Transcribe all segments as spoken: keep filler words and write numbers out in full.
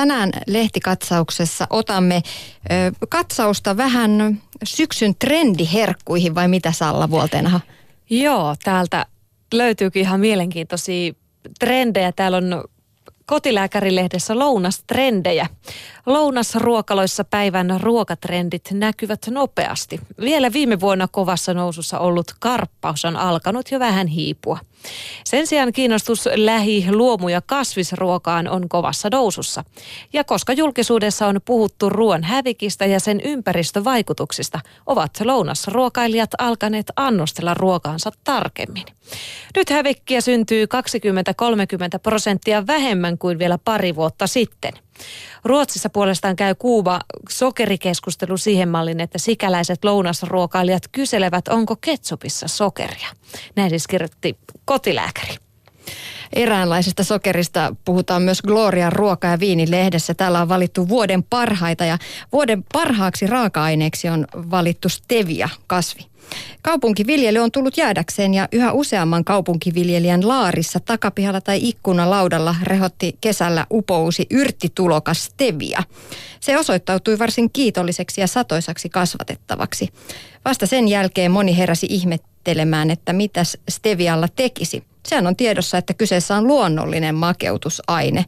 tänään lehtikatsauksessa otamme ö, katsausta vähän syksyn trendiherkkuihin, vai mitä Salla Vuolteenaho? Joo, täältä löytyykin ihan mielenkiintoisia trendejä. Täällä on Kotilääkärilehdessä lounastrendejä. Lounasruokaloissa päivän ruokatrendit näkyvät nopeasti. Vielä viime vuonna kovassa nousussa ollut karppaus on alkanut jo vähän hiipua. Sen sijaan kiinnostus lähi-, luomu- ja kasvisruokaan on kovassa nousussa. Ja koska julkisuudessa on puhuttu ruoan hävikistä ja sen ympäristövaikutuksista, ovat lounasruokailijat alkaneet annostella ruokaansa tarkemmin. Nyt hävikkiä syntyy kaksikymmentä kolmekymmentä prosenttia vähemmän kuin vielä pari vuotta sitten. Ruotsissa puolestaan käy kuuma sokerikeskustelu siihen malliin, että sikäläiset lounasruokailijat kyselevät, onko ketsupissa sokeria. Näin siis kirjoitti Kotilääkäri. Eräänlaisesta sokerista puhutaan myös Glorian ruoka- ja viinilehdessä. Täällä on valittu vuoden parhaita ja vuoden parhaaksi raaka-aineeksi on valittu stevia-kasvi. Kaupunkiviljely on tullut jäädäkseen ja yhä useamman kaupunkiviljelijän laarissa, takapihalla tai ikkunalaudalla rehotti kesällä upousi yrttitulokas stevia. Se osoittautui varsin kiitolliseksi ja satoisaksi kasvatettavaksi. Vasta sen jälkeen moni heräsi ihmettelemään, että mitäs stevialla tekisi. Sehän on tiedossa, että kyseessä on luonnollinen makeutusaine.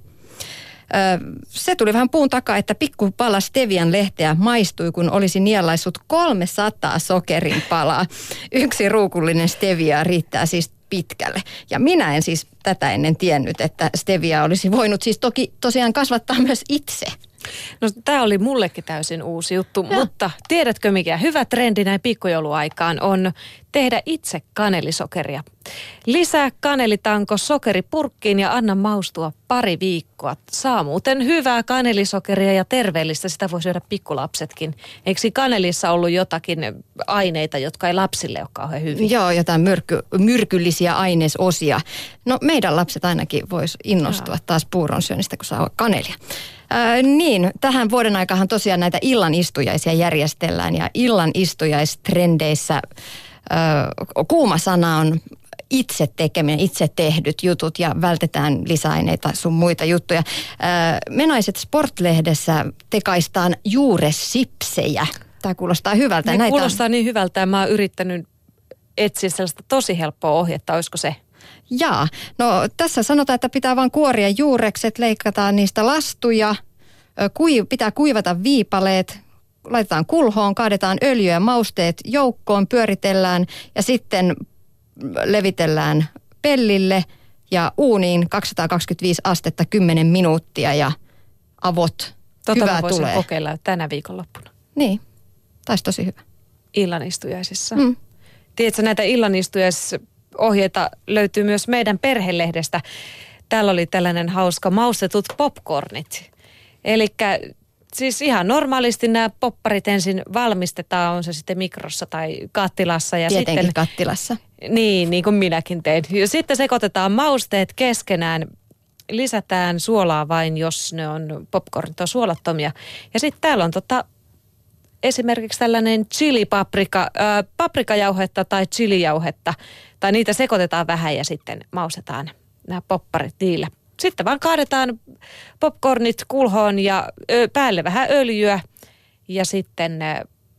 Se tuli vähän puun takaa, että pikku pala stevian lehteä maistui, kun olisi nielaissut kolmesataa sokerin palaa. Yksi ruukullinen stevia riittää siis pitkälle. Ja minä en siis tätä ennen tiennyt, että stevia olisi voinut siis toki tosiaan kasvattaa myös itse. No tämä oli mullekin täysin uusi juttu, ja. Mutta tiedätkö mikä hyvä trendi näin pikkujouluaikaan on tehdä itse kanelisokeria. Lisää kanelitanko sokeripurkkiin ja anna maustua pari viikkoa. Saa muuten hyvää kanelisokeria ja terveellistä, sitä voi syödä pikkulapsetkin. Eikö kanelissa ollut jotakin aineita, jotka ei lapsille ole kauhean hyviä? Joo, jotain myrky, myrkyllisiä ainesosia. No meidän lapset ainakin vois innostua taas puuron syönnistä, kun saa kanelia. Äh, niin, tähän vuoden aikahan tosiaan näitä illanistujaisia järjestellään ja illanistujaistrendeissä äh, kuuma sana on itse tekeminen, itse tehdyt jutut ja vältetään lisäaineita sun muita juttuja. Äh, Menaiset Sport-lehdessä tekaistaan juuresipsejä. Tämä kuulostaa hyvältä. Ne Näitä kuulostaa on... niin hyvältä ja mä oon yrittänyt etsiä sellaista tosi helppoa ohjetta, olisiko se? Jaa, no tässä sanotaan, että pitää vain kuoria juurekset, leikataan niistä lastuja, kui, pitää kuivata viipaleet, laitetaan kulhoon, kaadetaan öljyä ja mausteet joukkoon, pyöritellään ja sitten levitellään pellille ja uuniin kaksisataakaksikymmentäviisi astetta kymmenen minuuttia ja avot. Tota hyvää mä voisin tulee. kokeilla tänä viikonloppuna. Niin, taisi tosi hyvä. Illanistujaisissa. Mm. Tiedätkö, näitä illanistujaisohjeita löytyy myös meidän perhelehdestä. Täällä oli tällainen hauska maustetut popcornit. Elikkä siis ihan normaalisti nämä popparit ensin valmistetaan, on se sitten mikrossa tai kattilassa. Ja Tietenkin sitten, kattilassa. Niin, niin kuin minäkin tein. Ja sitten sekoitetaan mausteet keskenään, lisätään suolaa vain, jos ne on popcornit on suolattomia. Ja sitten täällä on tota, esimerkiksi tällainen chilipaprika, äh, paprikajauhetta tai chilijauhetta. Tai niitä sekoitetaan vähän ja sitten maustetaan nämä popparit niillä. Sitten vaan kaadetaan popcornit kulhoon ja ö, päälle vähän öljyä ja sitten, ö,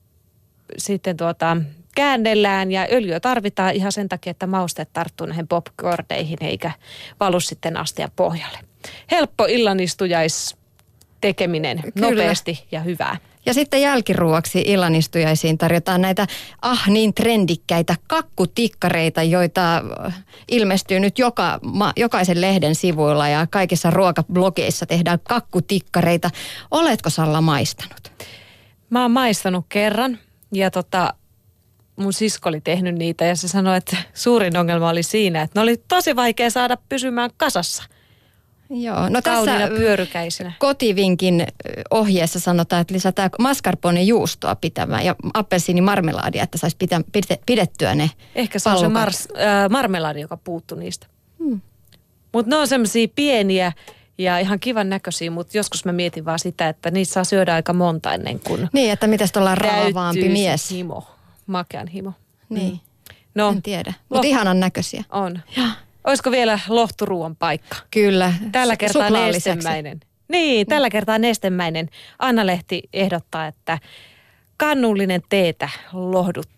sitten tuota, käännellään ja öljyä tarvitaan ihan sen takia, että mausteet tarttuu näihin popcorneihin eikä valu sitten astian pohjalle. Helppo illanistujais tekeminen nopeasti ja hyvää. Ja sitten jälkiruoksi illanistujaisiin tarjotaan näitä ah niin trendikkäitä kakkutikkareita, joita ilmestyy nyt joka, ma, jokaisen lehden sivuilla ja kaikissa ruokablogeissa tehdään kakkutikkareita. Oletko Salla maistanut? Mä oon maistanut kerran ja tota, mun sisko oli tehnyt niitä ja se sanoi, että suurin ongelma oli siinä, että ne oli tosi vaikea saada pysymään kasassa. Joo, no kauniina tässä pyörykäisinä. Kotivinkin ohjeessa sanotaan, että lisätään mascarpone-juustoa pitämään ja appelsiinimarmelaadia, että saisi pitä, pidettyä ne Ehkä se on se mars, äh, marmelaadi, joka puuttui niistä. Hmm. Mutta ne on semmoisia pieniä ja ihan kivan näköisiä, mutta joskus mä mietin vaan sitä, että niissä saa syödä aika monta ennen kuin niin, että mitäs tuolla raavaampi mies. himo, makean himo. Niin, hmm. no, en tiedä, mutta ihanan näköisiä. On. Ja. Olisiko vielä lohturuuan paikka? Kyllä. Tällä kertaa nestemäinen. Niin, tällä kertaa nestemäinen. Anna Lehti ehdottaa, että kannullinen teetä lohduttaa.